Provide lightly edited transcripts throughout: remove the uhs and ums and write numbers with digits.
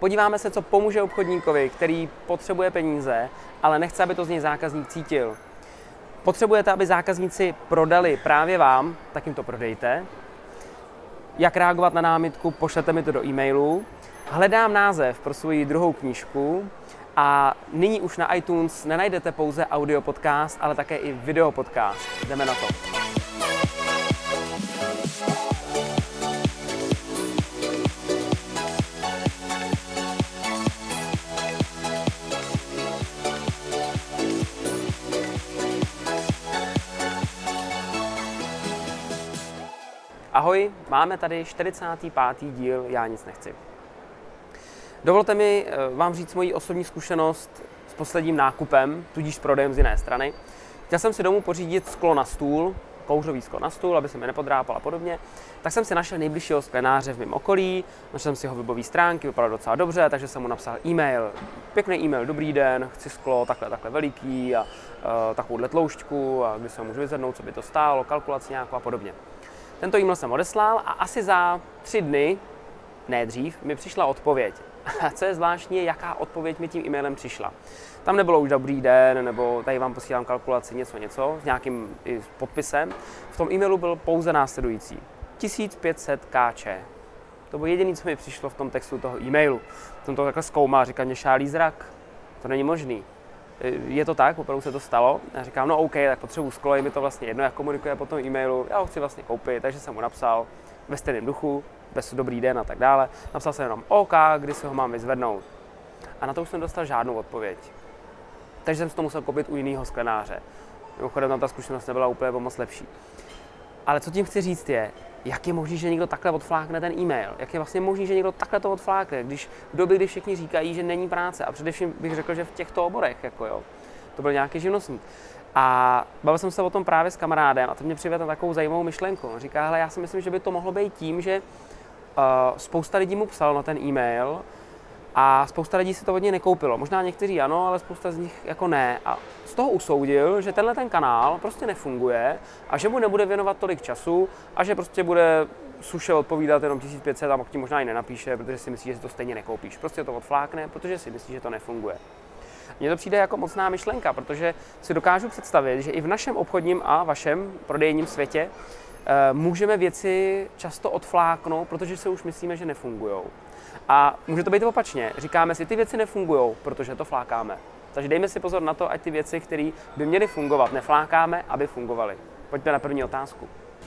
Podíváme se, co pomůže obchodníkovi, který potřebuje peníze, ale nechce, aby to z něj zákazník cítil. Potřebujete, aby zákazníci prodali právě vám, tak jim to prodejte. Jak reagovat na námitku, pošlete mi to do e-mailu. Hledám název pro svoji druhou knížku a nyní už na iTunes nenajdete pouze audio podcast, ale také i video podcast. Jdeme na to. Ahoj, máme tady 45. díl Já nic nechci. Dovolte mi vám říct moji osobní zkušenost s posledním nákupem, tudíž s prodejem z jiné strany. Chtěl jsem si domů pořídit sklo na stůl, kouřový sklo na stůl, aby se mi nepodrápal a podobně. Tak jsem si našel nejbližšího sklenáře v mém okolí, našel jsem si jeho webové stránky, vypadalo docela dobře, takže jsem mu napsal e-mail. Pěkný e-mail, dobrý den, chci sklo takhle veliký a takovouhle tloušťku a kdy se ho můžu vyzvednout, co by to stálo, kalkulaci nějakou a podobně. Tento e-mail jsem odeslal a asi za 3 dny, ne dřív, mi přišla odpověď. A co je zvláštní, jaká odpověď mi tím e-mailem přišla. Tam nebylo už dobrý den, nebo tady vám posílám kalkulaci, něco, s nějakým i podpisem. V tom e-mailu byl pouze následující. 1500 kč. To bylo jediné, co mi přišlo v tom textu toho e-mailu. Jsem to takhle zkoumal, říkal, mě šálí zrak. To není možný. Je to tak, opravdu se to stalo. Já říkám, no OK, tak potřebuji sklo, je mi to vlastně jedno, jak komunikuje po tom e-mailu. Já ho chci vlastně koupit, takže jsem mu napsal ve stejném duchu, bez dobrý den a tak dále. Napsal jsem jenom OK, kdy si ho mám vyzvednout. A na to už jsem dostal žádnou odpověď. Takže jsem si to musel koupit u jiného sklenáře. Mimochodem tam ta zkušenost nebyla úplně moc lepší. Ale co tím chci říct je, jak je možné, že někdo takhle odflákne ten e-mail? Jak je vlastně možné, že někdo takhle to odflákne, když v době, kdy všichni říkají, že není práce a především bych řekl, že v těchto oborech, jako jo, to byl nějaký živnostník. A bavil jsem se o tom právě s kamarádem a to mě přivedl na takovou zajímavou myšlenku. On říká, hele, já si myslím, že by to mohlo být tím, že spousta lidí mu psalo na ten e-mail a spousta lidí si to od něj nekoupilo. Možná někteří ano, ale spousta z nich jako ne. A z toho usoudil, že tenhle ten kanál prostě nefunguje a že mu nebude věnovat tolik času a že prostě bude suše odpovídat jenom 1500 a ti možná i nenapíše, protože si myslí, že si to stejně nekoupíš. Prostě to odflákne, protože si myslí, že to nefunguje. Mně to přijde jako mocná myšlenka, protože si dokážu představit, že i v našem obchodním a vašem prodejním světě můžeme věci často odfláknout, protože si už myslíme, že nefungujou. A může to být opačně. Říkáme si, ty věci nefungujou, protože to flákáme. Takže dejme si pozor na to, ať ty věci, které by měly fungovat, neflákáme, aby fungovaly. Pojďme na první otázku.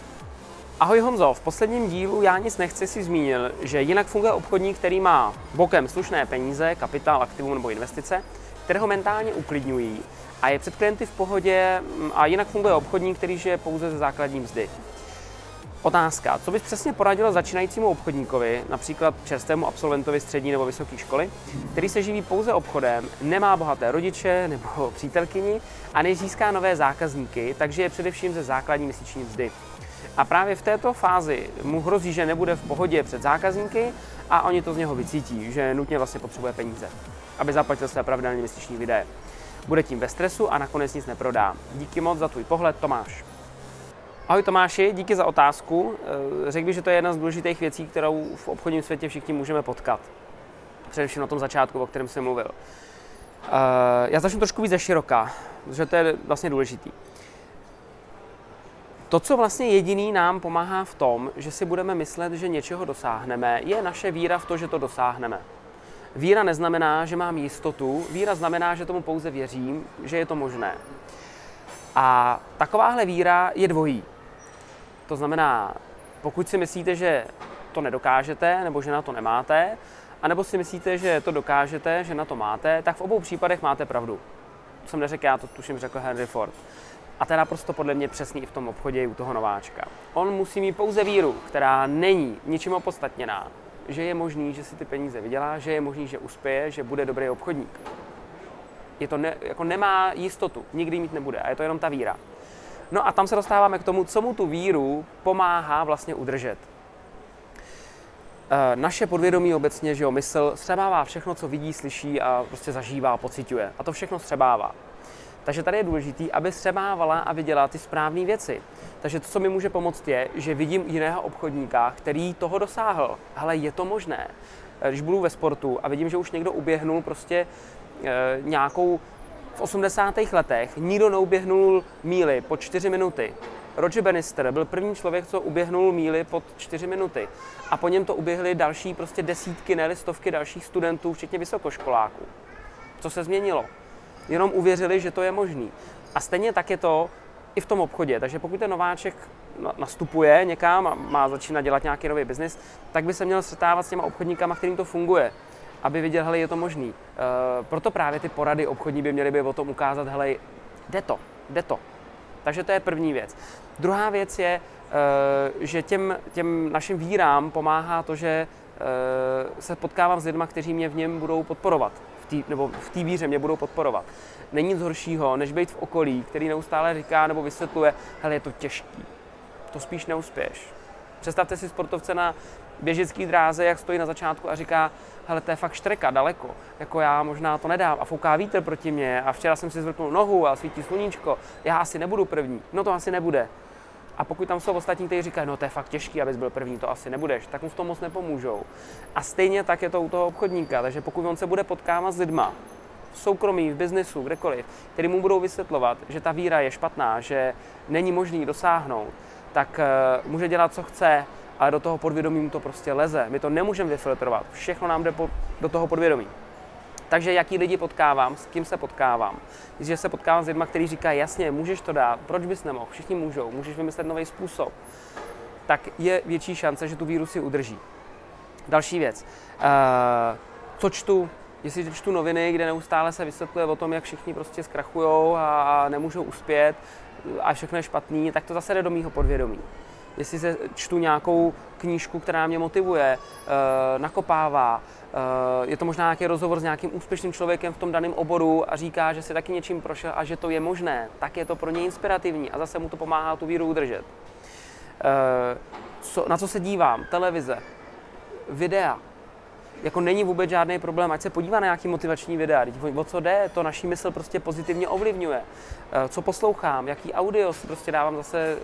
Ahoj Honzo, v posledním dílu Já nic nechci si zmínil, že jinak funguje obchodník, který má bokem slušné peníze, kapitál, aktivum nebo investice, které ho mentálně uklidňují a je před klienty v pohodě a jinak funguje obchodník, který žije pouze ze základní mzdy. Otázka. Co bys přesně poradil začínajícímu obchodníkovi, například čerstvému absolventovi střední nebo vysoké školy, který se živí pouze obchodem, nemá bohaté rodiče nebo přítelkyni a nezíská nové zákazníky, takže je především ze základní měsíční mzdy. A právě v této fázi mu hrozí, že nebude v pohodě před zákazníky a oni to z něho vycítí, že nutně vlastně potřebuje peníze, aby zaplatil své pravidelné měsíční výdaje. Bude tím ve stresu a nakonec nic neprodá. Díky moc za tvůj pohled, Tomáš. Ahoj Tomáši, díky za otázku. Řekl bych, že to je jedna z důležitých věcí, kterou v obchodním světě všichni můžeme potkat. Především na tom začátku, o kterém jsem mluvil. Já začnu trošku víc ze široka, protože to je vlastně důležitý. To, co vlastně jediný nám pomáhá v tom, že si budeme myslet, že něčeho dosáhneme, je naše víra v to, že to dosáhneme. Víra neznamená, že mám jistotu, víra znamená, že tomu pouze věřím, že je to možné. A takováhle víra je dvojí. To znamená, pokud si myslíte, že to nedokážete, nebo že na to nemáte, anebo si myslíte, že to dokážete, že na to máte, tak v obou případech máte pravdu. To jsem neřekl já, to tuším řekl Henry Ford. A to je naprosto podle mě přesný i v tom obchodě i u toho nováčka. On musí mít pouze víru, která není ničím opodstatněná, že je možný, že si ty peníze vydělá, že je možný, že uspěje, že bude dobrý obchodník. Je to jako nemá jistotu, nikdy mít nebude a je to jenom ta víra. No a tam se dostáváme k tomu, co mu tu víru pomáhá vlastně udržet. Naše podvědomí obecně, že jo, mysl střebává všechno, co vidí, slyší a prostě zažívá, pociťuje. A to všechno střebává. Takže tady je důležité, aby střebávala a viděla ty správné věci. Takže to, co mi může pomoct, je, že vidím jiného obchodníka, který toho dosáhl. Hele, je to možné. když budu ve sportu a vidím, že už někdo uběhnul prostě nějakou v 80. letech, nikdo neuběhnul míli pod 4 minuty. Roger Bannister byl první člověk, co uběhnul míli pod 4 minuty. A po něm to uběhly další prostě desítky, ne stovky dalších studentů, včetně vysokoškoláků. Co se změnilo? Jenom uvěřili, že to je možný. A stejně tak je to i v tom obchodě. Takže pokud ten nováček nastupuje někam a má začínat dělat nějaký nový biznis, tak by se měl setkávat s těma obchodníkama, kterým to funguje, aby viděl, hele, je to možný. Proto právě ty porady obchodní by měly by o tom ukázat, hele, jde to. Takže to je první věc. Druhá věc je, že těm našim vírám pomáhá to, že se potkávám s lidmi, kteří mě v něm budou podporovat, nebo v té víře mě budou podporovat. Není nic horšího, než být v okolí, který neustále říká nebo vysvětluje, hele, je to těžký, to spíš neuspěješ. Představte si sportovce na běžecký dráze, jak stojí na začátku a říká, hele, to je fakt štreka, daleko, jako já možná to nedám a fouká vítr proti mně a včera jsem si zvrtnul nohu a svítí sluníčko, já asi nebudu první, no to asi nebude. A pokud tam jsou ostatní, kteří říkají, no to je fakt těžký, abys byl první, to asi nebudeš, tak mu v tom moc nepomůžou. A stejně tak je to u toho obchodníka, takže pokud on se bude potkávat s lidma, v soukromí, v biznesu, kdekoliv, který mu budou vysvětlovat, že ta víra je špatná, že není možný dosáhnout, tak může dělat, co chce, ale do toho podvědomí mu to prostě leze. My to nemůžeme vyfiltrovat, všechno nám jde do toho podvědomí. Takže jaký lidi potkávám, s kým se potkávám. Když se potkávám s lidmi, kteří říkají, jasně, můžeš to dát, proč bys nemohl, všichni můžou, můžeš vymyslet nový způsob, tak je větší šance, že tu víru si udrží. Další věc. Co čtu? Jestli čtu noviny, kde neustále se vysvětluje o tom, jak všichni prostě zkrachujou a nemůžou uspět a všechno je špatný, tak to zase jde do mýho podvědomí. Jestli se čtu nějakou knížku, která mě motivuje, nakopává, je to možná nějaký rozhovor s nějakým úspěšným člověkem v tom daném oboru a říká, že si taky něčím prošel a že to je možné, tak je to pro něj inspirativní a zase mu to pomáhá tu víru udržet. Na co se dívám? Televize, videa. Jako není vůbec žádný problém, ať se podívá na nějaký motivační videa, o co jde, to naší mysl prostě pozitivně ovlivňuje. Co poslouchám, jaký audio si prostě dávám zase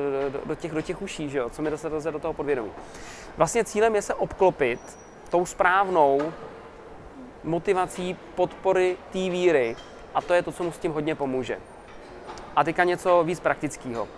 do těch uší, že jo? Co mi zase do toho podvědomí. Vlastně cílem je se obklopit tou správnou motivací podpory té víry a to je to, co mu s tím hodně pomůže. A teďka něco víc praktického.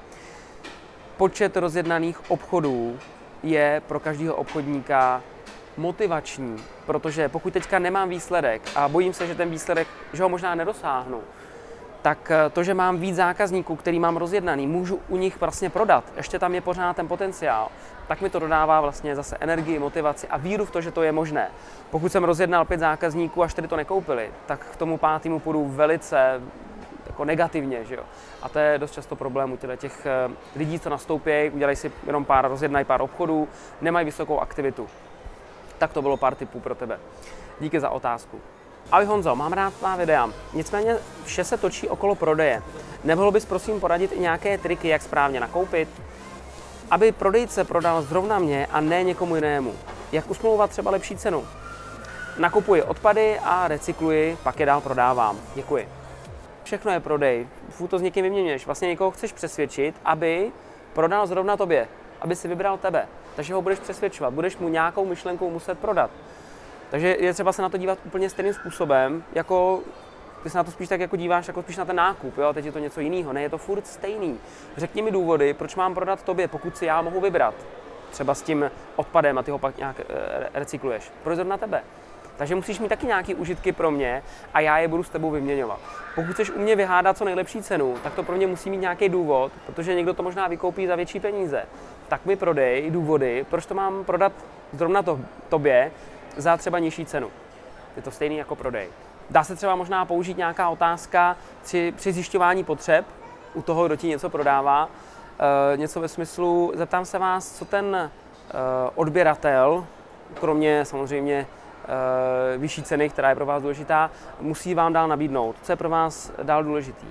Počet rozjednaných obchodů je pro každého obchodníka motivační, protože pokud teďka nemám výsledek a bojím se, že ten výsledek, že ho možná nedosáhnu, tak to, že mám víc zákazníků, který mám rozjednaný, můžu u nich vlastně prodat, ještě tam je pořád ten potenciál, tak mi to dodává vlastně zase energii, motivaci a víru v to, že to je možné. Pokud jsem rozjednal 5 zákazníků a 4 to nekoupili, tak k tomu 5. půjdu velice jako negativně, že jo. A to je dost často problém u těch lidí, co nastoupí, udělají si jenom rozjednají pár obchodů, nemají vysokou aktivitu. Tak to bylo pár tipů pro tebe. Díky za otázku. Ahoj Honzo, mám rád tvá videa. Nicméně vše se točí okolo prodeje. Nemohl bys prosím poradit i nějaké triky, jak správně nakoupit? Aby prodejce prodal zrovna mě a ne někomu jinému. Jak usmlouvat třeba lepší cenu? Nakupuji odpady a recykluji, pak je dál prodávám. Děkuji. Všechno je prodej. Furt to s někým vyměňuješ. Vlastně někoho chceš přesvědčit, aby prodal zrovna tobě, aby si vybral tebe. Takže ho budeš přesvědčovat, budeš mu nějakou myšlenkou muset prodat. Takže je třeba se na to dívat úplně stejným způsobem, jako ty se na to spíš tak jako díváš, jako spíš na ten nákup, jo? Teď je to něco jiného, ne, je to furt stejný. Řekni mi důvody, proč mám prodat tobě, pokud si já mohu vybrat. Třeba s tím odpadem a ty ho pak nějak recykluješ. Proč zrovna tebe? Takže musíš mít taky nějaké užitky pro mě a já je budu s tebou vyměňovat. Pokud chceš u mě vyhádat co nejlepší cenu, tak to pro mě musí mít nějaký důvod, protože někdo to možná vykoupí za větší peníze. Tak mi prodej důvody, proč to mám prodat zrovna tobě za třeba nižší cenu. Je to stejný jako prodej. Dá se třeba možná použít nějaká otázka při zjišťování potřeb u toho, kdo ti něco prodává. Něco ve smyslu, zeptám se vás, co ten odběratel, kromě samozřejmě vyšší ceny, která je pro vás důležitá, musí vám dál nabídnout. Co je pro vás dál důležitý?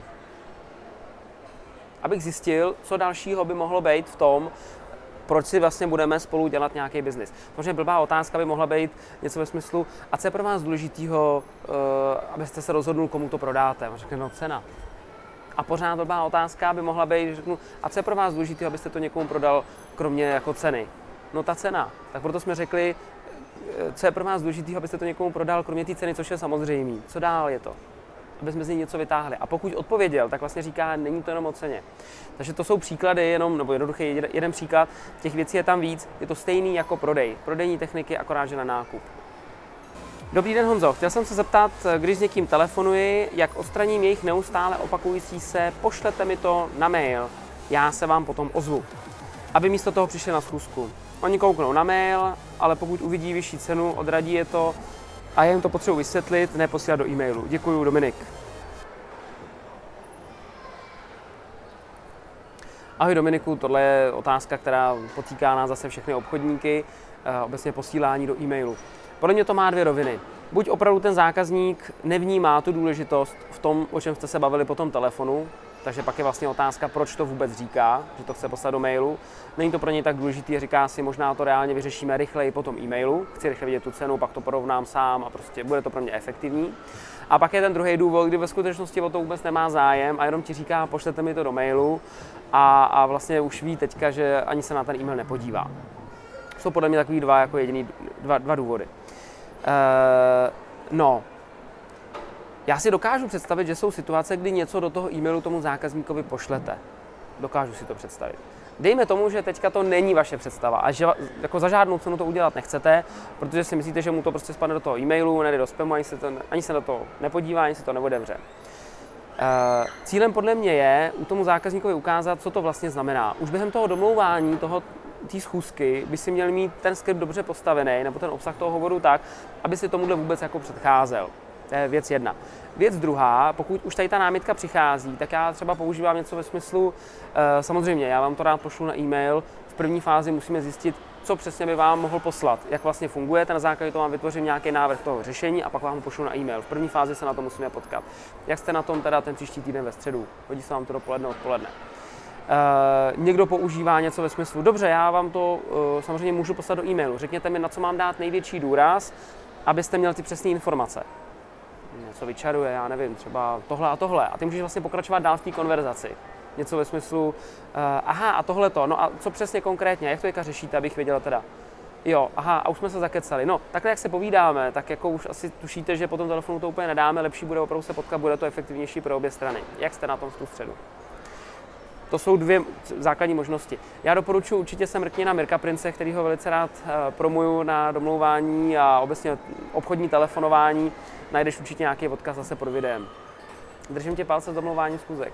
Abych zjistil, co dalšího by mohlo být v tom, proč si vlastně budeme spolu dělat nějaký biznis. Protože blbá otázka by mohla být něco ve smyslu, a co je pro vás důležitýho, abyste se rozhodnul, komu to prodáte. A řekne, no cena. A pořád blbá otázka by mohla být, řeknu, a co je pro vás důležitýho, abyste to někomu prodal, kromě jako ceny. No ta cena. Tak proto jsme řekli, co je pro vás důležité, abyste to někomu prodal, kromě té ceny, což je samozřejmý. Co dál je to? Aby jsme z něj něco vytáhli. A pokud odpověděl, tak vlastně říká, není to jenom o ceně. Takže to jsou příklady jenom, nebo jednoduchý jeden příklad, těch věcí je tam víc, je to stejný jako prodej. Prodejní techniky, akorát že na nákup. Dobrý den, Honzo, chtěl jsem se zeptat, když s někým telefonuji, jak odstraním jejich neustále opakující se, pošlete mi to na mail, já se vám potom ozvu. Aby místo toho přišli na schůzku. Oni kouknou na mail, ale pokud uvidí vyšší cenu, odradí je to a já jim to potřebuji vysvětlit, ne posílat do e-mailu. Děkuju, Dominik. Ahoj Dominiku, tohle je otázka, která potýká nás zase všechny obchodníky, obecně posílání do e-mailu. Podle mě to má dvě roviny. Buď opravdu ten zákazník nevnímá tu důležitost v tom, o čem jste se bavili po tom telefonu, takže pak je vlastně otázka, proč to vůbec říká, že to chce poslat do mailu. Není to pro něj tak důležitý a říká si, možná to reálně vyřešíme rychleji po tom e-mailu, chci rychle vidět tu cenu, pak to porovnám sám a prostě bude to pro mě efektivní. A pak je ten druhý důvod, kdy ve skutečnosti o to vůbec nemá zájem a jenom ti říká, pošlete mi to do mailu a vlastně už ví teďka, že ani se na ten e-mail nepodívá. Jsou podle mě takový dva důvody. Já si dokážu představit, že jsou situace, kdy něco do toho e-mailu tomu zákazníkovi pošlete. Dokážu si to představit. Dejme tomu, že teďka to není vaše představa a že jako za žádnou cenu to udělat nechcete, protože si myslíte, že mu to prostě spadne do toho e-mailu, nejde do spamu, ani se na to nepodívá, ani se to neotevře. Cílem podle mě je u tomu zákazníkovi ukázat, co to vlastně znamená. Už během toho domlouvání, té schůzky by si měl mít ten skript dobře postavený, nebo ten obsah toho hovoru tak, aby si tomuhle vůbec jako předcházel. To je věc jedna. Věc druhá, pokud už tady ta námitka přichází, tak já třeba používám něco ve smyslu, samozřejmě, já vám to rád pošlu na e-mail, v první fázi musíme zjistit, co přesně by vám mohl poslat, jak vlastně funguje, na základě toho vám vytvořím nějaký návrh toho řešení a pak vám ho pošlu na e-mail. V první fázi se na to musíme potkat. Jak jste na tom teda ten příští týden ve středu? Hodí se vám to dopoledne, odpoledne. Někdo používá něco ve smyslu, dobře, já vám to samozřejmě můžu poslat do e-mailu, řekněte mi, na co mám dát největší důraz, abyste měl ty přesné informace. Něco vyčaruje, já nevím, třeba tohle a tohle. A ty můžeš vlastně pokračovat dál v té konverzaci. Něco ve smyslu, aha, a tohle to, no a co přesně konkrétně, jak to jaka řešíte, abych věděla teda. Jo, aha, a už jsme se zakecali. No, takhle jak se povídáme, tak jako už asi tušíte, že po tom telefonu to úplně nedáme, lepší bude opravdu se potkat, bude to efektivnější pro obě strany. Jak jste na tom v tu středu? To jsou dvě základní možnosti. Já doporučuji určitě se mrkni na Mirka Prince, kterýho velice rád promuju na domlouvání a obecně obchodní telefonování. Najdeš určitě nějaký odkaz zase pod videem. Držím tě palce s domlouvání schůzek.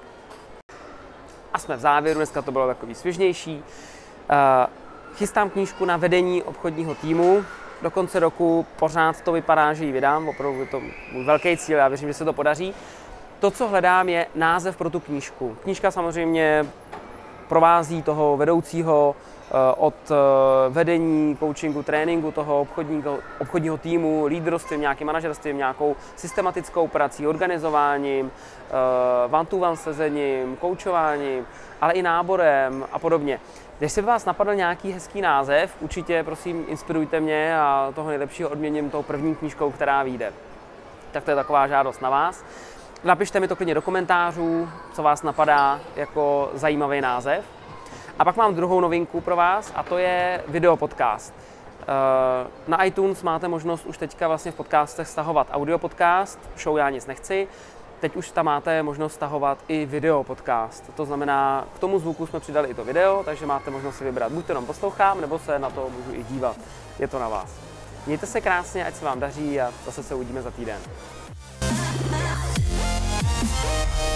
A jsme v závěru, dneska to bylo takový svěžnější. Chystám knížku na vedení obchodního týmu. Do konce roku pořád to vypadá, že ji vydám, opravdu je to můj velký cíl, já věřím, že se to podaří. To, co hledám, je název pro tu knížku. Knížka samozřejmě provází toho vedoucího od vedení, coachingu, tréninku toho obchodního týmu, lídrovstvím, nějakým manažerstvím, nějakou systematickou prací, organizováním, one-to-one sezením, koučováním, ale i náborem a podobně. Když se by vás napadl nějaký hezký název, určitě prosím inspirujte mě a toho nejlepšího odměním tou první knížkou, která vyjde. Tak to je taková žádost na vás. Napište mi to klidně do komentářů, co vás napadá jako zajímavý název. A pak mám druhou novinku pro vás a to je videopodcast. Na iTunes máte možnost už teďka vlastně v podcastech stahovat audio podcast, show Já nic nechci. Teď už tam máte možnost stahovat i video podcast. To znamená, k tomu zvuku jsme přidali i to video, takže máte možnost si vybrat, buď to jenom poslouchám, nebo se na to můžu i dívat. Je to na vás. Mějte se krásně, ať se vám daří a zase se uvidíme za týden.